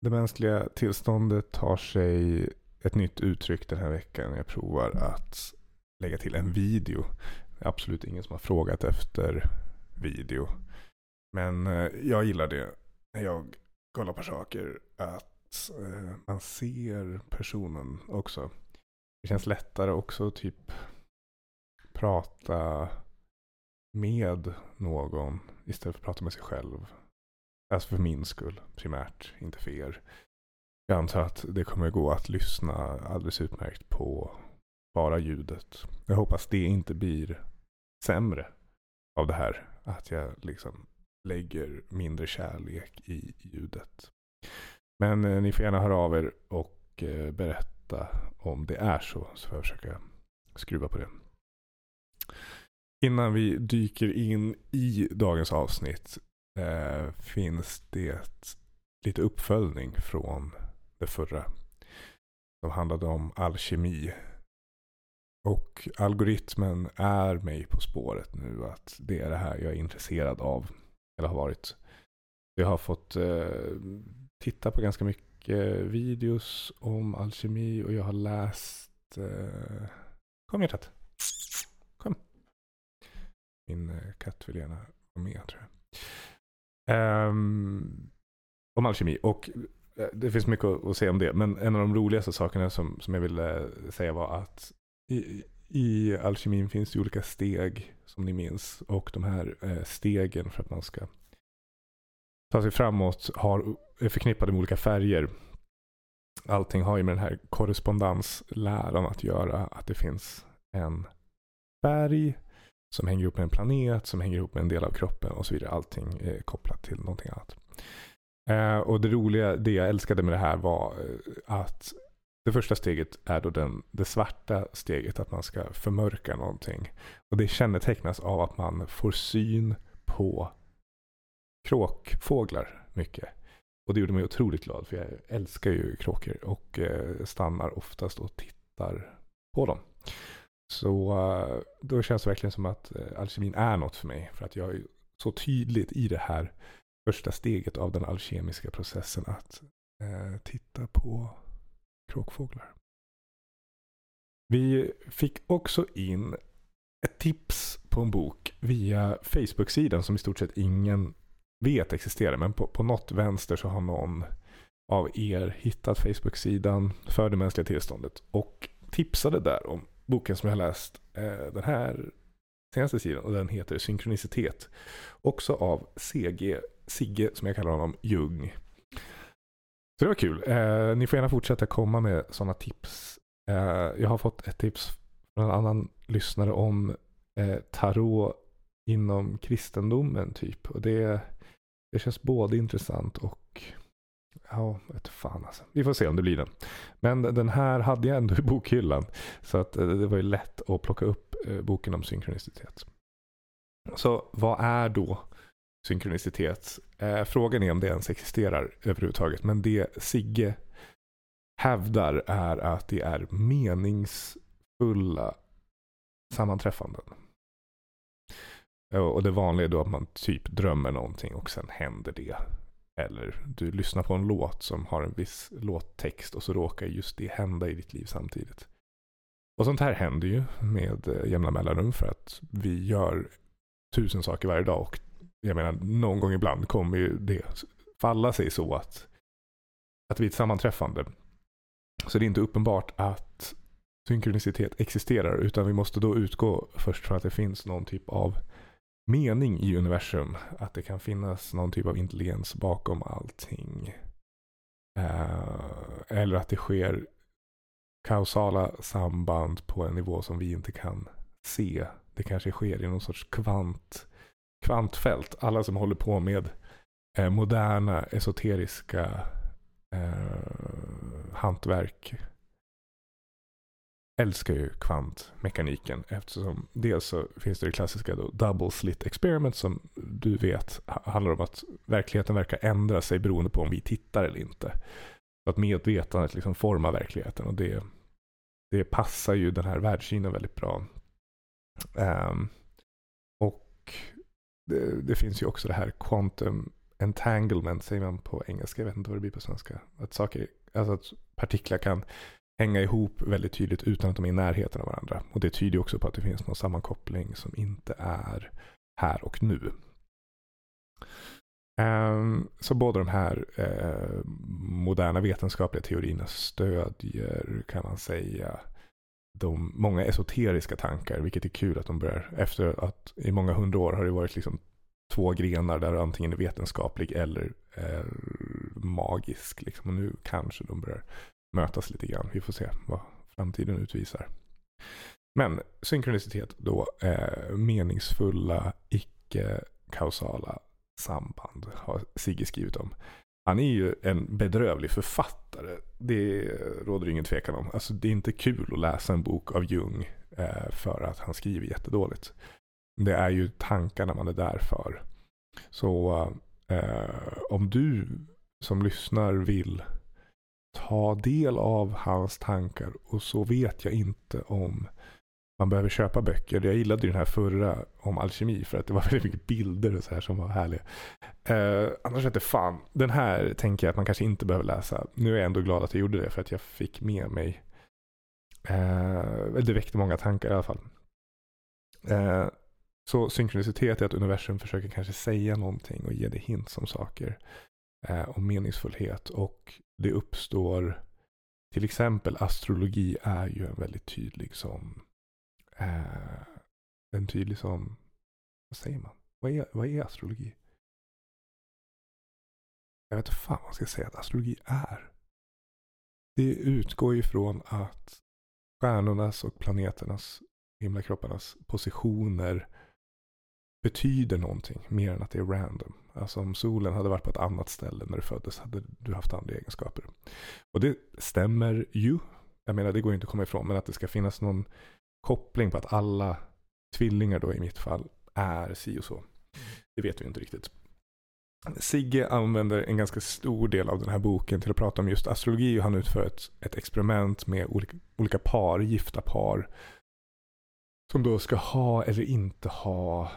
Det mänskliga tillståndet tar sig ett nytt uttryck den här veckan. Jag provar att lägga till en video. Det är absolut ingen som har frågat efter video. Men jag gillar det när jag kollar på saker. Att man ser personen också. Det känns lättare också typ prata med någon istället för att prata med sig själv. Alltså för min skull primärt, inte för er. Jag antar att det kommer gå att lyssna alldeles utmärkt på bara ljudet. Jag hoppas det inte blir sämre av det här. Att jag liksom lägger mindre kärlek i ljudet. Men ni får gärna höra av er och berätta om det är så får jag försöka skruva på det. Innan vi dyker in i dagens avsnitt finns det lite uppföljning från det förra. Som handlade om alkemi. Och algoritmen är mig på spåret nu att det är det här jag är intresserad av. Eller har varit. Jag har fått titta på ganska mycket videos om alkemi och jag har läst kom hjärtat. Kom. Min katt vill gärna vara med tror jag. Om alkemi och det finns mycket att säga om det, men en av de roligaste sakerna som jag ville säga var att i alkemin finns det olika steg som ni minns och de här stegen för att man ska ta sig framåt är förknippade med olika färger. Allting har ju med den här korrespondensläran att göra, att det finns en färg som hänger ihop med en planet, som hänger ihop med en del av kroppen och så vidare. Allting är kopplat till någonting annat. Och det roliga, det jag älskade med det här var att det första steget är då det svarta steget, att man ska förmörka någonting. Och det kännetecknas av att man får syn på kråkfåglar mycket. Och det gjorde mig otroligt glad för jag älskar ju kråkor och stannar oftast och tittar på dem. Så då känns det verkligen som att alkemin är något för mig. För att jag är så tydligt i det här första steget av den alkemiska processen att titta på kråkfåglar. Vi fick också in ett tips på en bok via Facebook-sidan som i stort sett ingen vet existerar. Men på något vänster så har någon av er hittat Facebook-sidan för det mänskliga tillståndet och tipsade där om boken som jag har läst den här senaste sidan och den heter Synkronicitet. Också av Sigge som jag kallar honom Jung. Så det var kul. Ni får gärna fortsätta komma med sådana tips. Jag har fått ett tips från en annan lyssnare om tarot inom kristendomen typ. Och det känns både intressant och ja, vet fan alltså. Vi får se om det blir den. Men den här hade jag ändå i bokhyllan. Så att det var ju lätt att plocka upp boken om synkronicitet. Så vad är då synkronicitet? Frågan är om det ens existerar överhuvudtaget. Men det Sigge hävdar är att det är meningsfulla sammanträffanden. Och det vanliga är då att man typ drömmer någonting och sen händer det. Eller du lyssnar på en låt som har en viss låttext och så råkar just det hända i ditt liv samtidigt. Och sånt här händer ju med jämna mellanrum för att vi gör 1000 saker varje dag och jag menar någon gång ibland kommer ju det falla sig så att vi är ett sammanträffande. Så det är inte uppenbart att synkronicitet existerar utan vi måste då utgå först från att det finns någon typ av mening i universum. Att det kan finnas någon typ av intelligens bakom allting. Eller att det sker kausala samband på en nivå som vi inte kan se. Det kanske sker i någon sorts kvantfält. Alla som håller på med moderna esoteriska hantverk älskar ju kvantmekaniken eftersom dels så finns det klassiska då, double slit experiment som du vet handlar om att verkligheten verkar ändra sig beroende på om vi tittar eller inte. Så att medvetandet liksom formar verkligheten och det passar ju den här världssynen väldigt bra. Och det finns ju också det här quantum entanglement säger man på engelska, jag vet inte vad det blir på svenska. Att partiklar kan hänga ihop väldigt tydligt utan att de är i närheten av varandra. Och det tyder också på att det finns någon sammankoppling som inte är här och nu. Så båda de här moderna vetenskapliga teorierna stödjer, kan man säga, många esoteriska tankar, vilket är kul att de börjar, efter att i många 100 år har det varit liksom 2 grenar där antingen är vetenskaplig eller magisk. Liksom. Och nu kanske de börjar mötas lite grann. Vi får se vad framtiden utvisar. Men synkronicitet då, meningsfulla, icke-kausala samband har Sigge skrivit om. Han är ju en bedrövlig författare. Det råder ingen tvekan om. Alltså, det är inte kul att läsa en bok av Jung för att han skriver jättedåligt. Det är ju tankarna man är där för. Så om du som lyssnar vill ta del av hans tankar, och så vet jag inte om man behöver köpa böcker. Jag gillade ju den här förra om alkemi för att det var väldigt mycket bilder och så här som var härliga. Annars vet jag fan. Den här tänker jag att man kanske inte behöver läsa. Nu är jag ändå glad att jag gjorde det för att jag fick med mig. Det väckte många tankar i alla fall. Så synkronicitet är att universum försöker kanske säga någonting och ge dig hints om saker. Om meningsfullhet. Och det uppstår, till exempel astrologi är ju en väldigt tydlig som vad säger man? Vad är astrologi? Jag vet inte fan vad man ska säga att astrologi är. Det utgår ifrån att stjärnornas och planeternas, himlakropparnas positioner betyder någonting mer än att det är random. Alltså om solen hade varit på ett annat ställe när du föddes hade du haft andra egenskaper. Och det stämmer ju. Jag menar, det går inte att komma ifrån, men att det ska finnas någon koppling på att alla tvillingar då i mitt fall är si och så. Det vet vi inte riktigt. Sigge använder en ganska stor del av den här boken till att prata om just astrologi, och han utför ett experiment med olika par, gifta par, som då ska ha eller inte ha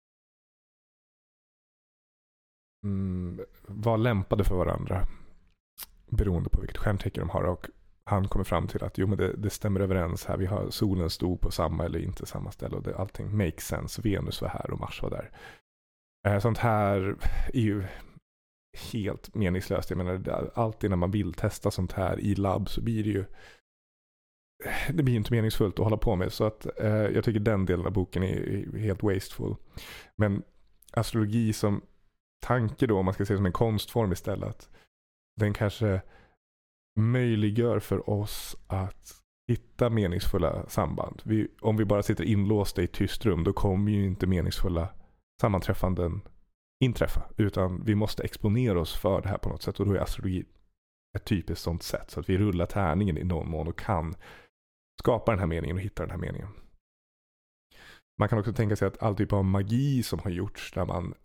vara lämpade för varandra beroende på vilket stjärntecken de har, och han kommer fram till att men det stämmer överens här. Vi har solen stod på samma eller inte samma ställe, och allting makes sense. Venus var här och Mars var där. Sånt här är ju helt meningslöst. Jag menar, alltid när man vill testa sånt här i labb så blir det blir inte meningsfullt att hålla på med. Så att jag tycker den delen av boken är helt wasteful. Men astrologi som tanke då, om man ska se det som en konstform istället, den kanske möjliggör för oss att hitta meningsfulla samband. Om vi bara sitter inlåsta i ett tyst rum, då kommer ju inte meningsfulla sammanträffanden inträffa, utan vi måste exponera oss för det här på något sätt, och då är astrologi ett typiskt sånt sätt, så att vi rullar tärningen i någon mån och kan skapa den här meningen och hitta den här meningen. Man kan också tänka sig att all typ av magi som har gjorts där man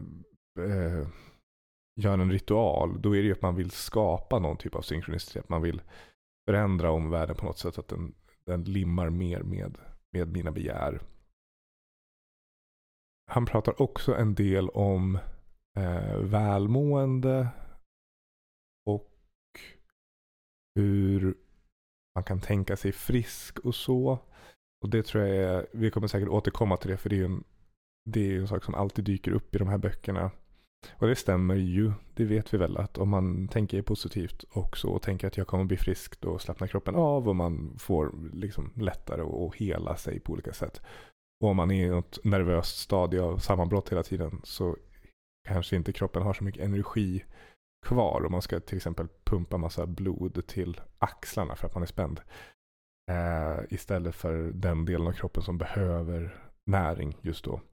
gör en ritual, då är det ju att man vill skapa någon typ av synkronicitet. Man vill förändra omvärlden på något sätt, att den limmar mer med mina begär. Han pratar också en del om välmående och hur man kan tänka sig frisk och så. Och det tror jag vi kommer säkert återkomma till det, för det är en sak som alltid dyker upp i de här böckerna. Och det stämmer ju, det vet vi väl, att om man tänker positivt också och tänker att jag kommer bli frisk, då slappnar kroppen av och man får liksom lättare att hela sig på olika sätt. Och om man är i något nervöst stadie av sammanbrott hela tiden, så kanske inte kroppen har så mycket energi kvar, om man ska till exempel pumpa massa blod till axlarna för att man är spänd. Istället för den delen av kroppen som behöver näring just då.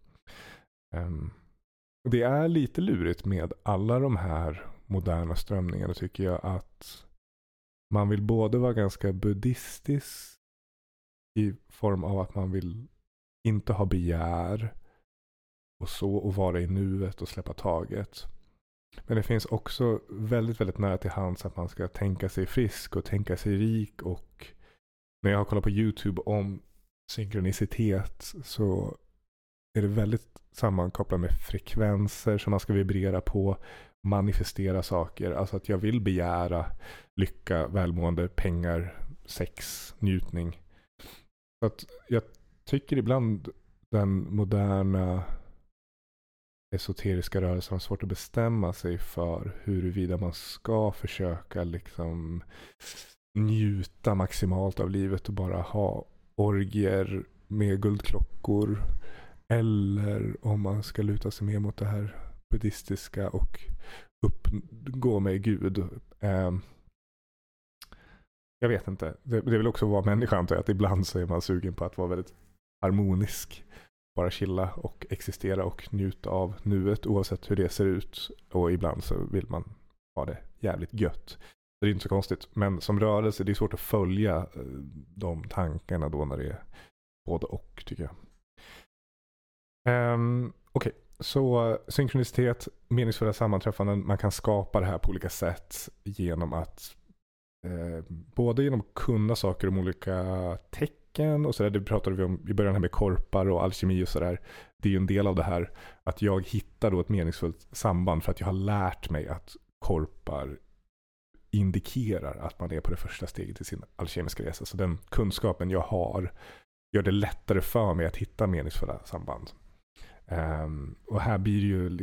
Det är lite lurigt med alla de här moderna strömningarna, tycker jag, att man vill både vara ganska buddhistisk i form av att man vill inte ha begär och vara i nuet och släppa taget. Men det finns också väldigt, väldigt nära till hands att man ska tänka sig frisk och tänka sig rik, och när jag har kollat på YouTube om synkronicitet så är det väldigt sammankopplat med frekvenser som man ska vibrera på, manifestera saker. Alltså att jag vill begära lycka, välmående, pengar, sex, njutning. Så att jag tycker ibland den moderna esoteriska rörelsen har svårt att bestämma sig för huruvida man ska försöka liksom njuta maximalt av livet och bara ha orgier med guldklockor, eller om man ska luta sig mer mot det här buddhistiska och uppgå med Gud. Jag vet inte. Det vill också vara människan, att ibland så är man sugen på att vara väldigt harmonisk. Bara chilla och existera och njuta av nuet oavsett hur det ser ut. Och ibland så vill man ha det jävligt gött. Det är inte så konstigt. Men som rörelse, det är svårt att följa de tankarna då när det är både och, tycker jag. Okej. Så synkronicitet, meningsfulla sammanträffanden, man kan skapa det här på olika sätt genom att både genom att kunna saker om olika tecken och sådär. Det pratade vi om i början här med korpar och alkemi och sådär. Det är ju en del av det här att jag hittar då ett meningsfullt samband för att jag har lärt mig att korpar indikerar att man är på det första steget i sin alkemiska resa. Så den kunskapen jag har gör det lättare för mig att hitta meningsfulla samband. Och här blir det ju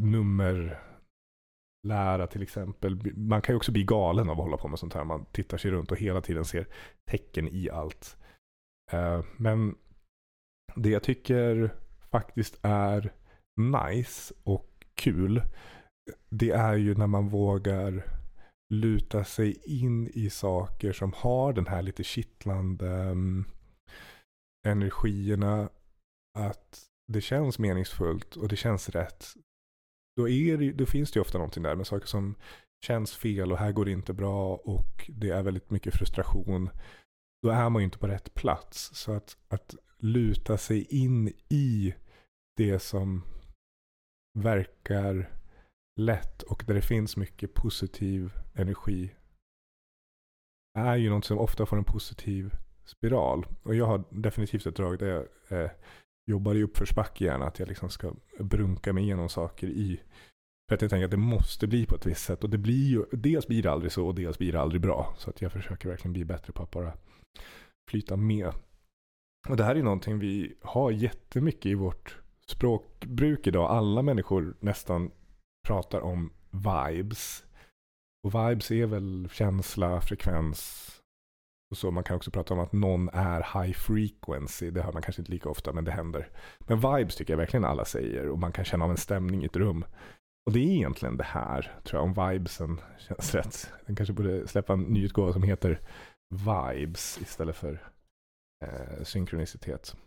nummerlära till exempel. Man kan ju också bli galen av att hålla på med sånt här. Man tittar sig runt och hela tiden ser tecken i allt. Men det jag tycker faktiskt är nice och kul, det är ju när man vågar luta sig in i saker som har den här lite kittlande energierna, att det känns meningsfullt och det känns rätt. Då finns det ju ofta någonting där med saker som känns fel och här går det inte bra och det är väldigt mycket frustration. Då är man ju inte på rätt plats. Så att luta sig in i det som verkar lätt och där det finns mycket positiv energi är ju något som ofta får en positiv spiral. Och jag har definitivt ett drag där jag jobbar i uppförsbacke gärna, att jag liksom ska brunka mig igenom saker i. För att jag tänker att det måste bli på ett visst sätt. Och det blir ju, dels blir det aldrig så och dels blir det aldrig bra. Så att jag försöker verkligen bli bättre på att bara flyta med. Och det här är någonting vi har jättemycket i vårt språkbruk idag. Alla människor nästan pratar om vibes. Och vibes är väl känsla, frekvens. Och så man kan också prata om att någon är high frequency. Det hör man kanske inte lika ofta, men det händer. Men vibes tycker jag verkligen alla säger. Och man kan känna av en stämning i ett rum. Och det är egentligen det här, tror jag, om vibesen känns rätt. Den kanske borde släppa en ny utgåva som heter vibes istället för synkronicitet.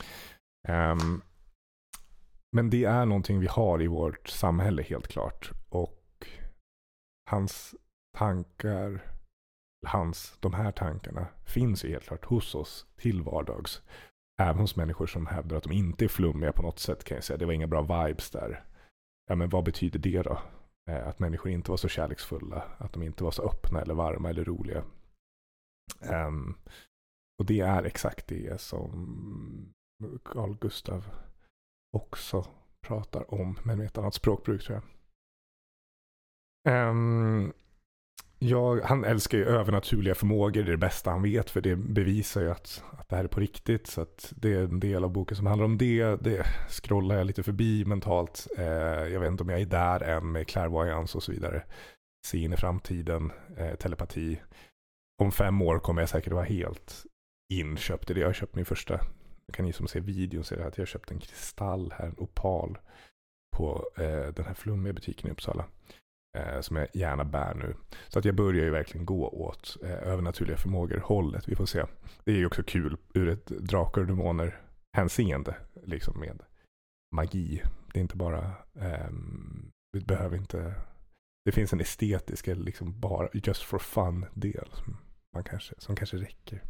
Men det är någonting vi har i vårt samhälle helt klart. Och de här tankarna finns ju helt klart hos oss till vardags. Även hos människor som hävdar att de inte är flummiga på något sätt, kan jag säga. Det var inga bra vibes där. Ja, men vad betyder det då? Att människor inte var så kärleksfulla. Att de inte var så öppna eller varma eller roliga. Och det är exakt det som Carl Gustav också pratar om. Men med ett annat språkbruk, tror jag. Han älskar ju övernaturliga förmågor. Det är det bästa han vet. För det bevisar ju att det här är på riktigt. Så att det är en del av boken som handlar om det. Det scrollar jag lite förbi mentalt. Jag vet inte om jag är där än med clairvoyance och så vidare. Se in i framtiden. Telepati. Om 5 år kommer jag säkert vara helt inköpt i det. Jag har köpt min första. Jag kan ni som ser videon se att jag har köpt en kristall här. En opal. På den här flummiga butiken i Uppsala. Som jag gärna bär nu. Så att jag börjar ju verkligen gå åt övernaturliga förmågor hållet. Vi får se. Det är ju också kul ur ett drakar och demoner hänseende. Liksom med magi. Det är inte bara det behöver inte. Det finns en estetisk eller liksom bara just for fun del som kanske räcker.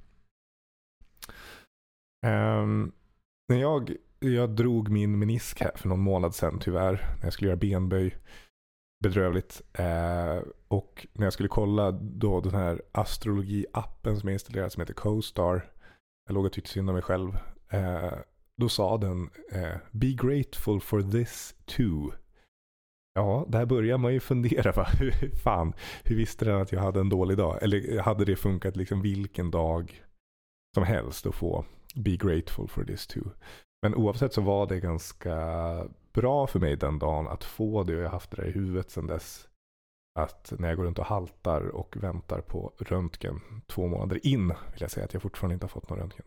När jag drog min menisk här för någon månad sedan tyvärr. När jag skulle göra benböj. Bedrövligt. Och när jag skulle kolla då den här astrologi-appen som är installerad som heter CoStar. Jag låg och tyckte synd om mig själv. då sa den be grateful for this too. Ja, där börjar man ju fundera. Va? Hur visste den att jag hade en dålig dag? Eller hade det funkat liksom vilken dag som helst att få be grateful for this too? Men oavsett så var det ganska bra för mig den dagen att få det. Och jag har haft det där i huvudet sedan dess. Att när jag går runt och haltar och väntar på röntgen 2 månader in, vill jag säga att jag fortfarande inte har fått någon röntgen.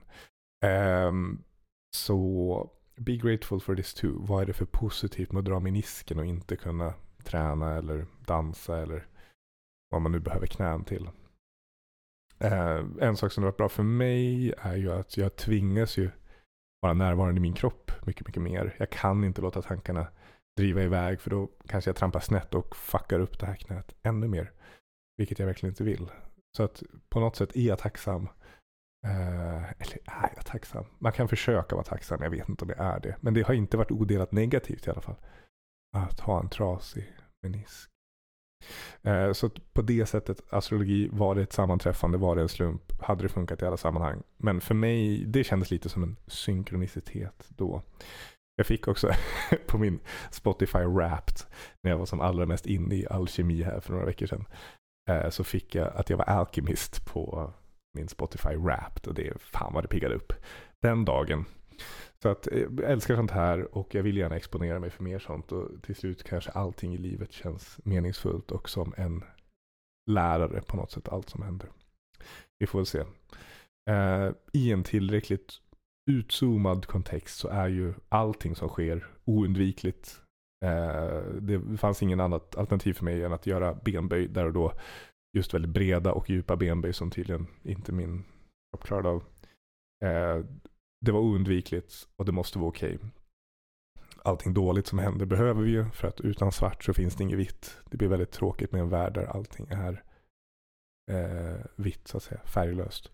Så be grateful for this too. Vad är det för positivt med att dra menisken och inte kunna träna eller dansa eller vad man nu behöver knän till? En sak som har varit bra för mig är ju att jag tvingas ju vara närvarande i min kropp mycket, mycket mer. Jag kan inte låta tankarna driva iväg för då kanske jag trampar snett och fuckar upp det här knät ännu mer. Vilket jag verkligen inte vill. Så att på något sätt är jag tacksam. Eller är jag tacksam? Man kan försöka vara tacksam, jag vet inte om det är det. Men det har inte varit odelat negativt i alla fall. Att ha en trasig menisk. Så på det sättet, astrologi, var det ett sammanträffande, var det en slump, hade det funkat i alla sammanhang. Men för mig, det kändes lite som en synkronicitet då. Jag fick också på min Spotify Wrapped, när jag var som allra mest inne i alkemi här för några veckor sedan, så fick jag att jag var alkemist på min Spotify Wrapped, och det fan vad det piggade upp den dagen. Så att jag älskar sånt här och jag vill gärna exponera mig för mer sånt, och till slut kanske allting i livet känns meningsfullt och som en lärare på något sätt, allt som händer. Vi får väl se. I en tillräckligt utzoomad kontext så är ju allting som sker oundvikligt. Det fanns ingen annat alternativ för mig än att göra benböj där och då. Just väldigt breda och djupa benböj som tydligen inte min kropp klarade av. Det var oundvikligt och det måste vara okej. Allting dåligt som händer behöver vi ju, för att utan svart så finns det inget vitt. Det blir väldigt tråkigt med en värld där allting är vitt så att säga, färglöst.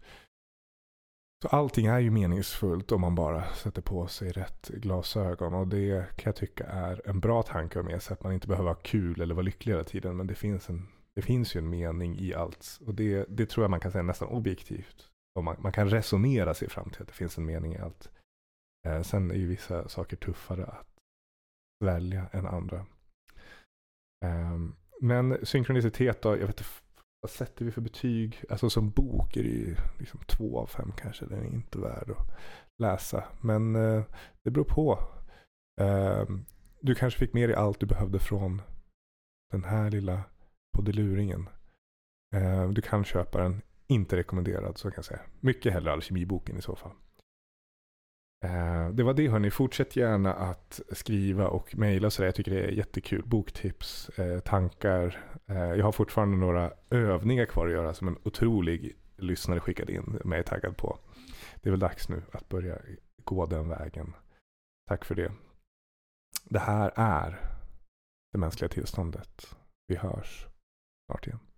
Så allting är ju meningsfullt om man bara sätter på sig rätt glasögon, och det kan jag tycka är en bra tanke att med sig, att man inte behöver ha kul eller vara lycklig hela tiden, men det finns ju en mening i allt, och det tror jag man kan säga nästan objektivt. Och man kan resonera sig fram till att det finns en mening i allt. Sen är ju vissa saker tuffare att välja än andra. Men synkronicitet då, jag vet inte, vad sätter vi för betyg? Alltså som bok är det ju liksom 2 av 5 kanske. Den är inte värd att läsa. Men det beror på. Du kanske fick med dig allt du behövde från den här lilla poddeluringen. Du kan köpa den. Inte rekommenderad, så kan jag säga. Mycket hellre alkemiboken i så fall. Det var det, hörni. Fortsätt gärna att skriva och mejla så där. Jag tycker det är jättekul. Boktips, tankar. Jag har fortfarande några övningar kvar att göra som en otrolig lyssnare skickade in. Mig är taggad på. Det är väl dags nu att börja gå den vägen. Tack för det. Det här är det mänskliga tillståndet. Vi hörs snart igen.